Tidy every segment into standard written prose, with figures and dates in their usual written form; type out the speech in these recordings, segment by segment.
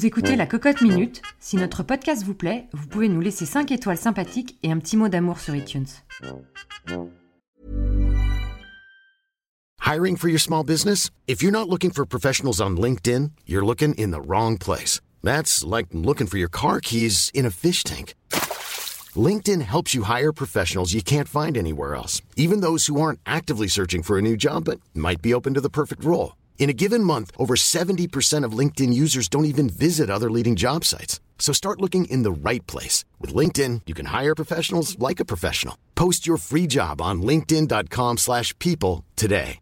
Vous écoutez La Cocotte Minute. Si notre podcast vous plaît, vous pouvez nous laisser 5 étoiles sympathiques et un petit mot d'amour sur iTunes. Hiring for your small business? If you're not looking for professionals on LinkedIn, you're looking in the wrong place. That's like looking for your car keys in a fish tank. LinkedIn helps you hire professionals you can't find anywhere else, even those who aren't actively searching for a new job but might be open to the perfect role. In a given month, over 70% of LinkedIn users don't even visit other leading job sites. So start looking in the right place. With LinkedIn, you can hire professionals like a professional. Post your free job on linkedin.com/people today.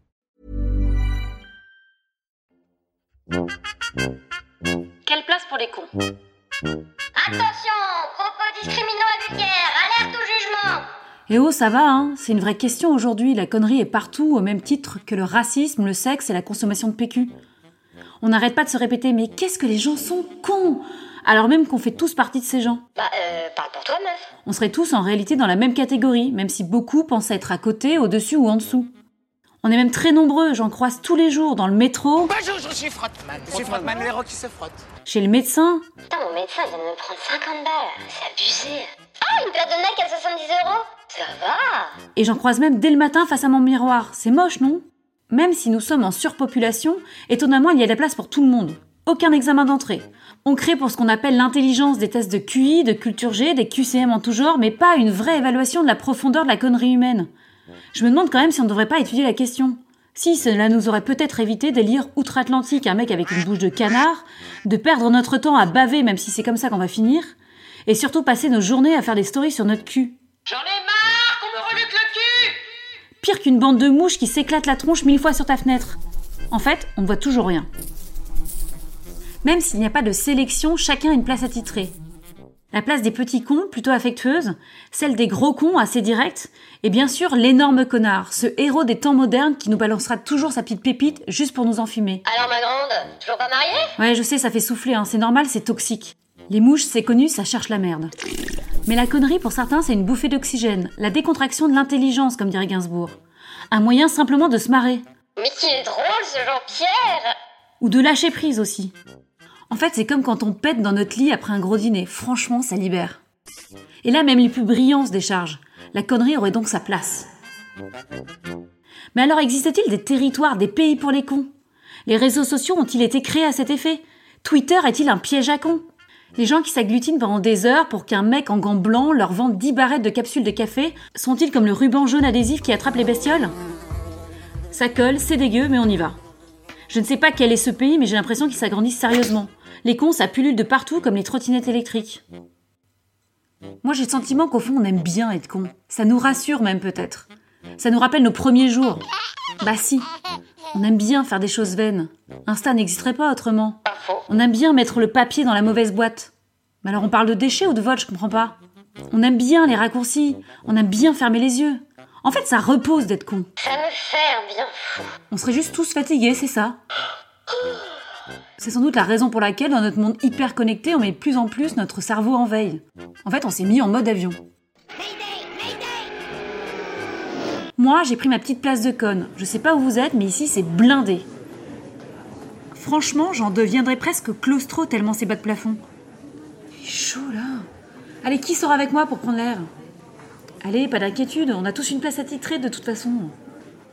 Quelle place pour les cons? Attention, propos discriminants à vulgaires, alerte au jugement. Eh oh, ça va, hein. C'est une vraie question aujourd'hui. La connerie est partout, au même titre que le racisme, le sexe et la consommation de PQ. On n'arrête pas de se répéter, mais qu'est-ce que les gens sont cons! Alors même qu'on fait tous partie de ces gens. Parle pour toi, meuf. On serait tous en réalité dans la même catégorie, même si beaucoup pensent être à côté, au-dessus ou en dessous. On est même très nombreux, j'en croise tous les jours, dans le métro. Bonjour, je suis Frottman. Je suis Frottman, le héros qui se frotte. Chez le médecin. Putain, mon médecin, il vient de me prendre 50 balles. C'est abusé. Ah, une paire de Nike à 70 €? Ça va. Et j'en croise même dès le matin face à mon miroir. C'est moche, non? Même si nous sommes en surpopulation, étonnamment, il y a de la place pour tout le monde. Aucun examen d'entrée. On crée pour ce qu'on appelle l'intelligence des tests de QI, de culture G, des QCM en tout genre, mais pas une vraie évaluation de la profondeur de la connerie humaine. Je me demande quand même si on ne devrait pas étudier la question. Si, cela nous aurait peut-être évité d'élire outre-Atlantique un mec avec une bouche de canard, de perdre notre temps à baver même si c'est comme ça qu'on va finir, et surtout passer nos journées à faire des stories sur notre cul. J'en ai marre qu'on me reluque le cul. Pire qu'une bande de mouches qui s'éclate la tronche 1000 fois sur ta fenêtre. En fait, on ne voit toujours rien. Même s'il n'y a pas de sélection, chacun a une place attitrée. La place des petits cons, plutôt affectueuse, celle des gros cons, assez directs, et bien sûr l'énorme connard, ce héros des temps modernes qui nous balancera toujours sa petite pépite juste pour nous enfumer. Alors, ma grande, toujours pas mariée? Ouais, je sais, ça fait souffler, hein, c'est normal, c'est toxique. Les mouches, c'est connu, ça cherche la merde. Mais la connerie, pour certains, c'est une bouffée d'oxygène, la décontraction de l'intelligence, comme dirait Gainsbourg. Un moyen simplement de se marrer. Mais qui est drôle, ce Jean-Pierre. Ou de lâcher prise aussi. En fait, c'est comme quand on pète dans notre lit après un gros dîner. Franchement, ça libère. Et là, même les plus brillants se déchargent. La connerie aurait donc sa place. Mais alors, existe-t-il des territoires, des pays pour les cons? Les réseaux sociaux ont-ils été créés à cet effet? Twitter est-il un piège à cons? Les gens qui s'agglutinent pendant des heures pour qu'un mec en gants blancs leur vende 10 barrettes de capsules de café sont-ils comme le ruban jaune adhésif qui attrape les bestioles? Ça colle, c'est dégueu, mais on y va. Je ne sais pas quel est ce pays, mais j'ai l'impression qu'ils s'agrandissent sérieusement. Les cons, ça pullule de partout comme les trottinettes électriques. Moi, j'ai le sentiment qu'au fond, on aime bien être con. Ça nous rassure même peut-être. Ça nous rappelle nos premiers jours. Bah si, on aime bien faire des choses vaines. Insta n'existerait pas autrement. On aime bien mettre le papier dans la mauvaise boîte. Mais alors on parle de déchets ou de vol, je comprends pas. On aime bien les raccourcis. On aime bien fermer les yeux. En fait, ça repose d'être con. Ça me fait un bien fou. On serait juste tous fatigués, c'est ça. C'est sans doute la raison pour laquelle, dans notre monde hyper connecté, on met de plus en plus notre cerveau en veille. En fait, on s'est mis en mode avion. Moi, j'ai pris ma petite place de conne. Je sais pas où vous êtes, mais ici, c'est blindé. Franchement, j'en deviendrais presque claustro tellement c'est bas de plafond. Il est chaud, là. Allez, qui sort avec moi pour prendre l'air? Allez, pas d'inquiétude, on a tous une place attitrée de toute façon.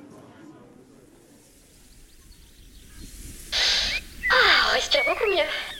Ah, respire beaucoup mieux.